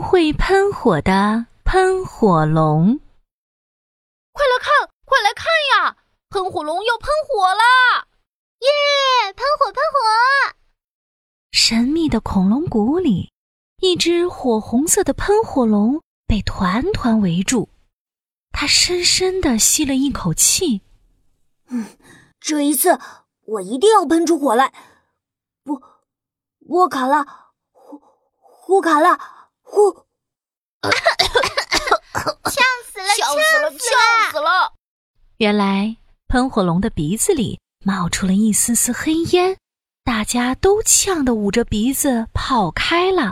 会喷火的喷火龙。 快来看，快来看呀！喷火龙要喷火啦！ 耶！喷火，喷火！ 神秘的恐龙谷里，一只火红色的喷火龙被团团围住。它深深地吸了一口气。 这一次我一定要喷出火来！波卡拉，呼卡拉，呼！ 呛死了， 呛死了，呛死了！ 原来喷火龙的鼻子里冒出了一丝丝黑烟，大家都呛得捂着鼻子跑开了。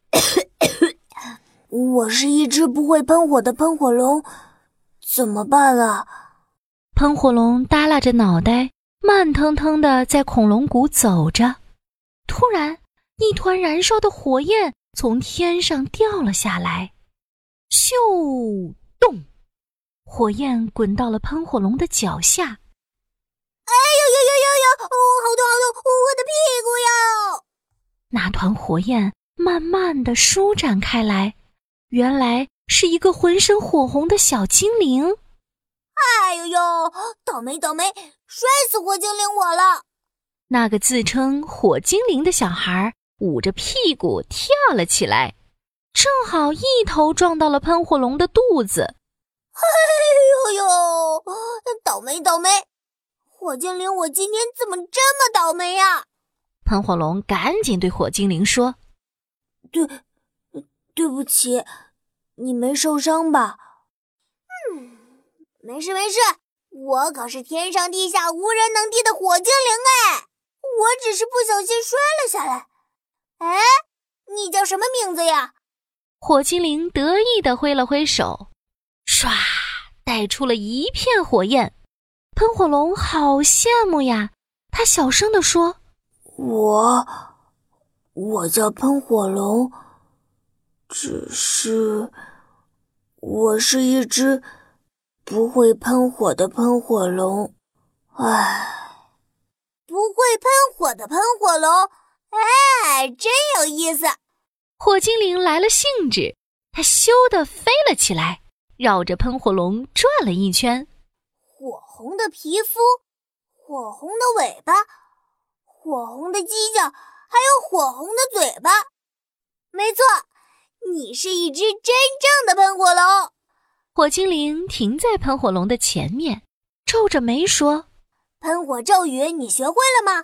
我是一只不会喷火的喷火龙，怎么办啊？ 喷火龙耷拉着脑袋，慢腾腾地在恐龙谷走着。突然，一团燃烧的火焰从天上掉了下来，咻动，火焰滚到了喷火龙的脚下。 哎呦，好痛好痛，我的屁股哟！ 那团火焰慢慢地舒展开来，原来是一个浑身火红的小精灵。 哎呦呦，倒霉倒霉，摔死火精灵我了！ 那个自称火精灵的小孩捂着屁股跳了起来，正好一头撞到了喷火龙的肚子。 哎呦呦，倒霉倒霉！火精灵，我今天怎么这么倒霉呀？ 喷火龙赶紧对火精灵说： 对不起，你没受伤吧？没事没事，我可是天上地下无人能敌的火精灵哎！我只是不小心摔了下来。哎，你叫什么名字呀？ 火精灵得意地挥了挥手，唰，带出了一片火焰。喷火龙好羡慕呀，他小声地说： 我叫喷火龙，只是我是一只不会喷火的喷火龙。唉，不会喷火的喷火龙，哎，真有意思。 火精灵来了兴致，它咻地飞了起来，绕着喷火龙转了一圈。 火红的皮肤，火红的尾巴，火红的犄角，还有火红的嘴巴。没错，你是一只真正的喷火龙。 火精灵停在喷火龙的前面，皱着眉说： 喷火咒语你学会了吗？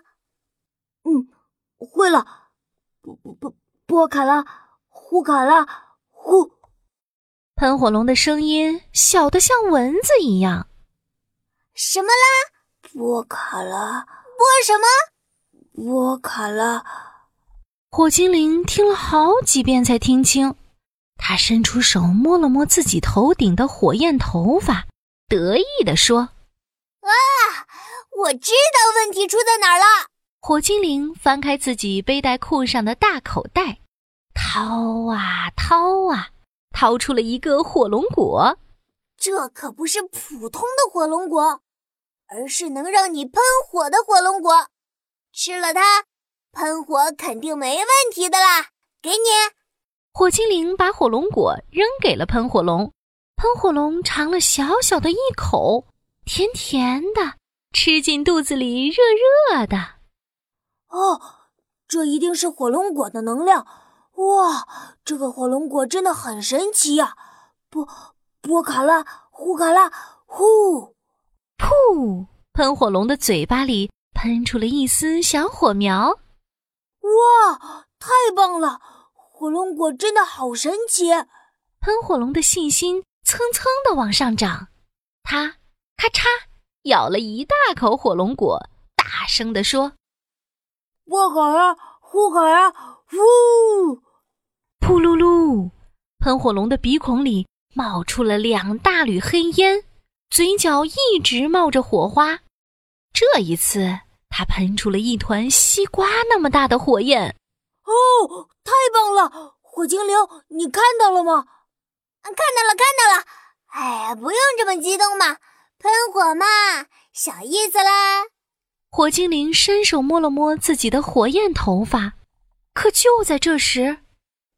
会了。波卡拉，呼卡拉，呼。 喷火龙的声音小得像蚊子一样。 什么啦？波卡拉，波什么？波卡拉。 火精灵听了好几遍才听清，他伸出手摸了摸自己头顶的火焰头发，得意地说： 啊，我知道问题出在哪儿了。 火精灵翻开自己背带裤上的大口袋，掏啊掏啊，掏出了一个火龙果。 这可不是普通的火龙果，而是能让你喷火的火龙果。吃了它，喷火肯定没问题的啦。给你。 火精灵把火龙果扔给了喷火龙，喷火龙尝了小小的一口，甜甜的，吃进肚子里热热的。 哦，这一定是火龙果的能量。哇，这个火龙果真的很神奇呀！波卡拉，呼卡拉，呼！ 噗！喷火龙的嘴巴里喷出了一丝小火苗。 哇，太棒了！火龙果真的好神奇！ 喷火龙的信心蹭蹭地往上涨，它咔嚓咬了一大口火龙果，大声地说： 波卡拉，呼卡拉，呼！ 噗噜噜，喷火龙的鼻孔里冒出了2大缕黑烟，嘴角一直冒着火花。这一次，它喷出了一团西瓜那么大的火焰。 哦，太棒了！火精灵，你看到了吗？看到了。哎呀，不用这么激动嘛，喷火嘛，小意思啦。 火精灵伸手摸了摸自己的火焰头发，可就在这时，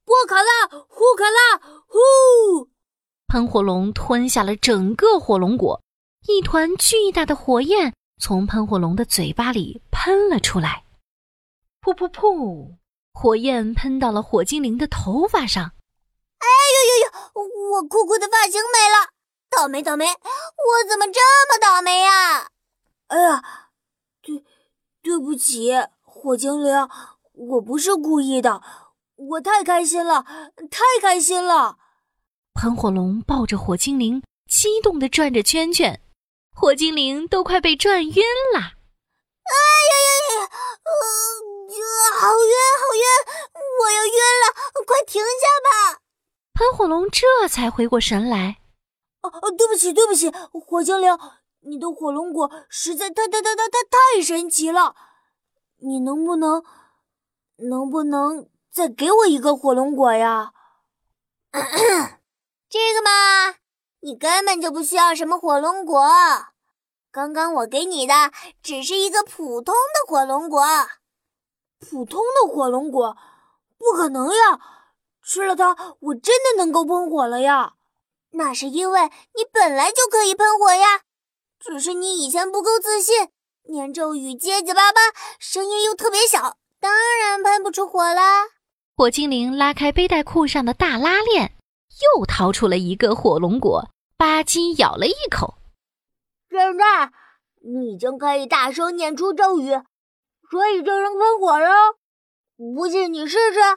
波卡拉，呼卡拉，呼！ 喷火龙吞下了整个火龙果，一团巨大的火焰从喷火龙的嘴巴里喷了出来。噗噗噗，火焰喷到了火精灵的头发上。 哎呦，我酷酷的发型没了！倒霉倒霉，我怎么这么倒霉呀？哎呀，对不起，火精灵，我不是故意的，我太开心了，太开心了！ 喷火龙抱着火精灵，激动地转着圈圈，火精灵都快被转晕了。 哎呀，好晕好晕，我要晕了，快停下吧！ 喷火龙这才回过神来。 对不起，火精灵，你的火龙果实在太神奇了，你能不能再给我一个火龙果呀？这个嘛，你根本就不需要什么火龙果，刚刚我给你的只是一个普通的火龙果。普通的火龙果？不可能呀！吃了它，我真的能够喷火了呀！那是因为你本来就可以喷火呀，只是你以前不够自信，念咒语结结巴巴，声音又特别小，当然喷不出火啦。 火精灵拉开背带裤上的大拉链，又掏出了一个火龙果，吧唧咬了一口。 现在你已经可以大声念出咒语，所以就能喷火了。不信你试试。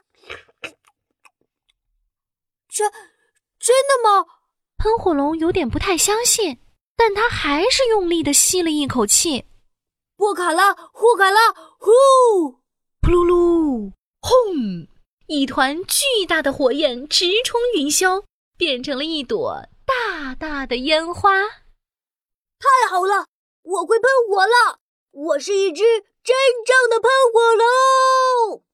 真的吗？ 喷火龙有点不太相信，但他还是用力地吸了一口气。 波卡拉，呼卡拉，呼！ 噗噜噜，轰！一团巨大的火焰直冲云霄，变成了一朵大大的烟花。 太好了，我会喷火了！我是一只真正的喷火龙！